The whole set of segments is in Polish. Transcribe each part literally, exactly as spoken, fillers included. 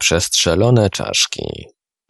Przestrzelone czaszki.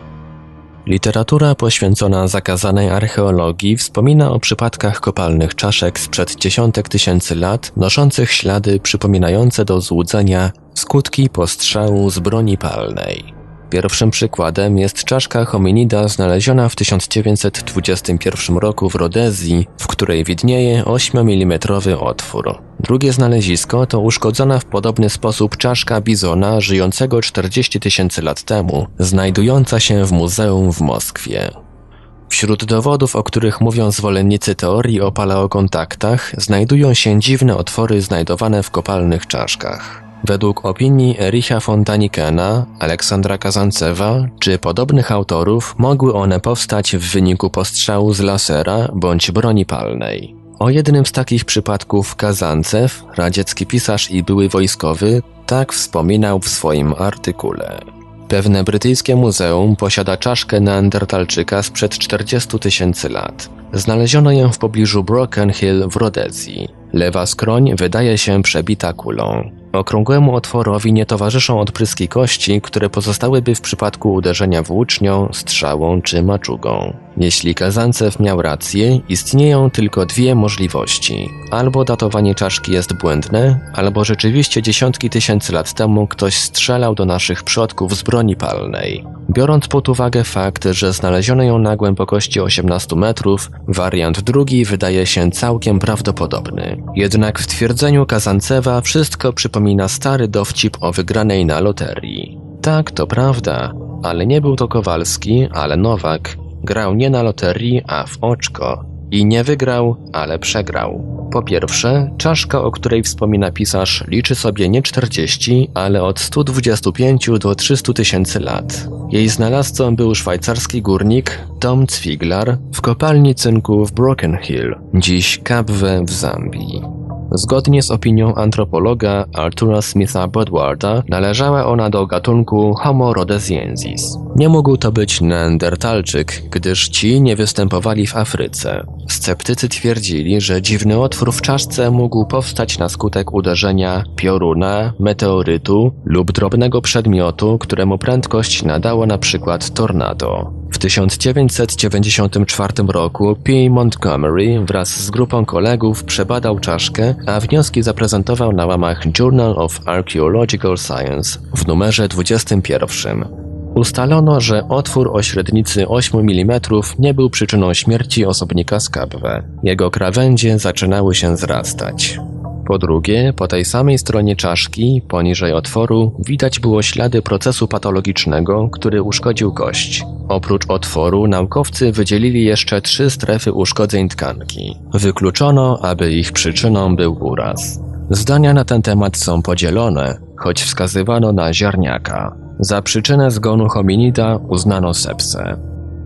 Literatura poświęcona zakazanej archeologii wspomina o przypadkach kopalnych czaszek sprzed dziesiątek tysięcy lat, noszących ślady przypominające do złudzenia skutki postrzału z broni palnej. Pierwszym przykładem jest czaszka hominida znaleziona w tysiąc dziewięćset dwudziestym pierwszym roku w Rodezji, w której widnieje ośmiomilimetrowy otwór. Drugie znalezisko to uszkodzona w podobny sposób czaszka bizona żyjącego czterdzieści tysięcy lat temu, znajdująca się w muzeum w Moskwie. Wśród dowodów, o których mówią zwolennicy teorii o paleokontaktach, znajdują się dziwne otwory znajdowane w kopalnych czaszkach. Według opinii Ericha von Danikena, Aleksandra Kazancewa czy podobnych autorów mogły one powstać w wyniku postrzału z lasera bądź broni palnej. O jednym z takich przypadków Kazancew, radziecki pisarz i były wojskowy, tak wspominał w swoim artykule. Pewne brytyjskie muzeum posiada czaszkę neandertalczyka sprzed czterdziestu tysięcy lat. Znaleziono ją w pobliżu Broken Hill w Rodezji. Lewa skroń wydaje się przebita kulą. Okrągłemu otworowi nie towarzyszą odpryski kości, które pozostałyby w przypadku uderzenia włócznią, strzałą czy maczugą. Jeśli Kazancew miał rację, istnieją tylko dwie możliwości. Albo datowanie czaszki jest błędne, albo rzeczywiście dziesiątki tysięcy lat temu ktoś strzelał do naszych przodków z broni palnej. Biorąc pod uwagę fakt, że znaleziono ją na głębokości osiemnastu metrów, wariant drugi wydaje się całkiem prawdopodobny. Jednak w twierdzeniu Kazancewa wszystko przypomina stary dowcip o wygranej na loterii. Tak, to prawda, ale nie był to Kowalski, ale Nowak. Grał nie na loterii, a w oczko. I nie wygrał, ale przegrał. Po pierwsze, czaszka, o której wspomina pisarz, liczy sobie nie czterdzieści, ale od stu dwudziestu pięciu do trzystu tysięcy lat. Jej znalazcą był szwajcarski górnik Tom Zwiglar w kopalni cynku w Broken Hill, dziś Kabwe w Zambii. Zgodnie z opinią antropologa Artura Smitha Bodwarda należała ona do gatunku Homo rhodesiensis. Nie mógł to być neandertalczyk, gdyż ci nie występowali w Afryce. Sceptycy twierdzili, że dziwny otwór w czaszce mógł powstać na skutek uderzenia pioruna, meteorytu lub drobnego przedmiotu, któremu prędkość nadało na przykład tornado. W tysiąc dziewięćset dziewięćdziesiątym czwartym roku P. Montgomery wraz z grupą kolegów przebadał czaszkę, a wnioski zaprezentował na łamach Journal of Archaeological Science w numerze dwudziestym pierwszym. Ustalono, że otwór o średnicy ośmiu milimetrów nie był przyczyną śmierci osobnika z Kabwe. Jego krawędzie zaczynały się zrastać. Po drugie, po tej samej stronie czaszki, poniżej otworu, widać było ślady procesu patologicznego, który uszkodził kość. Oprócz otworu naukowcy wydzielili jeszcze trzy strefy uszkodzeń tkanki. Wykluczono, aby ich przyczyną był uraz. Zdania na ten temat są podzielone, choć wskazywano na ziarniaka. Za przyczynę zgonu hominida uznano sepsę.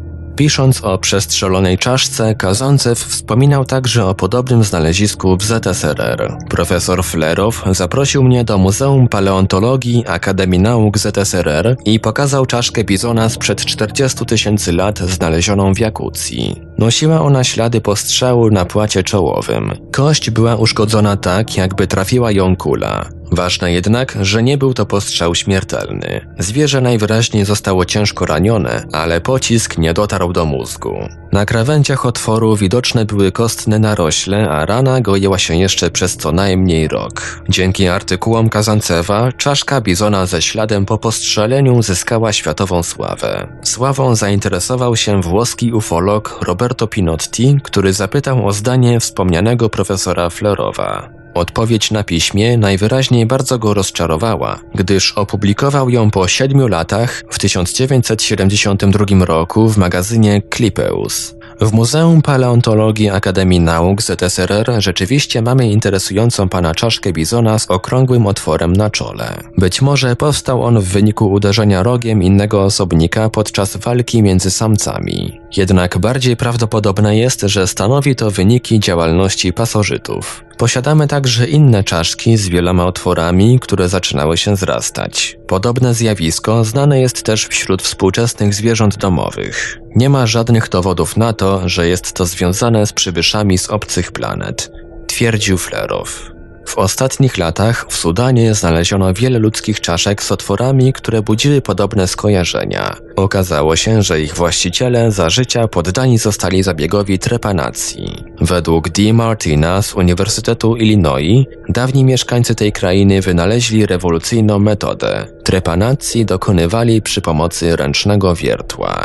Pisząc o przestrzelonej czaszce, Kazancew wspominał także o podobnym znalezisku w Z S R R. Profesor Flerow zaprosił mnie do Muzeum Paleontologii Akademii Nauk Z S R R i pokazał czaszkę bizona sprzed czterdziestu tysięcy lat znalezioną w Jakucji. Nosiła ona ślady postrzału na płacie czołowym. Kość była uszkodzona tak, jakby trafiła ją kula. Ważne jednak, że nie był to postrzał śmiertelny. Zwierzę najwyraźniej zostało ciężko ranione, ale pocisk nie dotarł do mózgu. Na krawędziach otworu widoczne były kostne narośle, a rana goiła się jeszcze przez co najmniej rok. Dzięki artykułom Kazancewa czaszka bizona ze śladem po postrzeleniu zyskała światową sławę. Sławą zainteresował się włoski ufolog Roberto Pinotti, który zapytał o zdanie wspomnianego profesora Flerowa. Odpowiedź na piśmie najwyraźniej bardzo go rozczarowała, gdyż opublikował ją po siedmiu latach w tysiąc dziewięćset siedemdziesiątym drugim roku w magazynie Clipeus. W Muzeum Paleontologii Akademii Nauk Z S R R rzeczywiście mamy interesującą pana czaszkę bizona z okrągłym otworem na czole. Być może powstał on w wyniku uderzenia rogiem innego osobnika podczas walki między samcami. Jednak bardziej prawdopodobne jest, że stanowi to wyniki działalności pasożytów. Posiadamy także inne czaszki z wieloma otworami, które zaczynały się zrastać. Podobne zjawisko znane jest też wśród współczesnych zwierząt domowych. Nie ma żadnych dowodów na to, że jest to związane z przybyszami z obcych planet, twierdził Flerow. W ostatnich latach w Sudanie znaleziono wiele ludzkich czaszek z otworami, które budziły podobne skojarzenia. Okazało się, że ich właściciele za życia poddani zostali zabiegowi trepanacji. Według Dee Martina z Uniwersytetu Illinois, dawni mieszkańcy tej krainy wynaleźli rewolucyjną metodę. Trepanacji dokonywali przy pomocy ręcznego wiertła.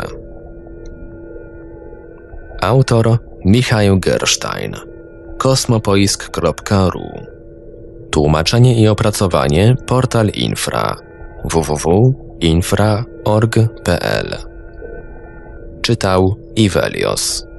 Autor Michał Gersztajn. kosmopoisk kropka r u. Tłumaczenie i opracowanie Portal Infra w w w kropka infra kropka org kropka p l. Czytał Ivelios.